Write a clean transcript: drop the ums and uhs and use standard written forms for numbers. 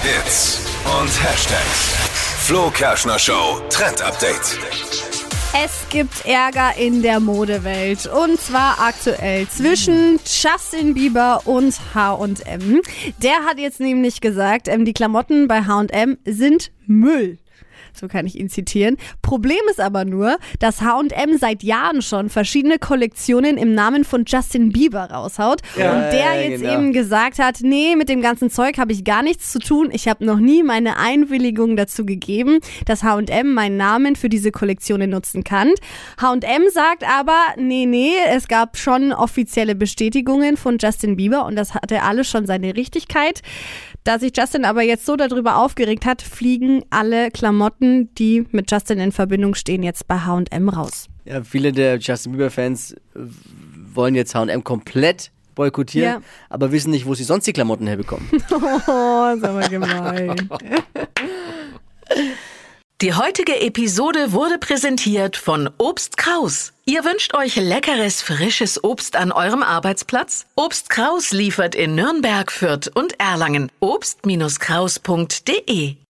Hits und Hashtags. Flo Kerschner Show Trend Update. Es gibt Ärger in der Modewelt und zwar aktuell zwischen Justin Bieber und H&M. Der hat jetzt nämlich gesagt, die Klamotten bei H&M sind Müll. So kann ich ihn zitieren. Problem ist aber nur, dass H&M seit Jahren schon verschiedene Kollektionen im Namen von Justin Bieber raushaut. Ja, und der jetzt eben gesagt hat, nee, mit dem ganzen Zeug habe ich gar nichts zu tun. Ich habe noch nie meine Einwilligung dazu gegeben, dass H&M meinen Namen für diese Kollektionen nutzen kann. H&M sagt aber, nee, es gab schon offizielle Bestätigungen von Justin Bieber und das hatte alles schon seine Richtigkeit. Da sich Justin aber jetzt so darüber aufgeregt hat, fliegen alle Klamotten, die mit Justin in Verbindung stehen, jetzt bei H&M raus. Ja, viele der Justin Bieber-Fans wollen jetzt H&M komplett boykottieren, aber wissen nicht, wo sie sonst die Klamotten herbekommen. Oh, ist aber gemein. Die heutige Episode wurde präsentiert von Obst Kraus. Ihr wünscht euch leckeres, frisches Obst an eurem Arbeitsplatz? Obst Kraus liefert in Nürnberg, Fürth und Erlangen. Obst-Kraus.de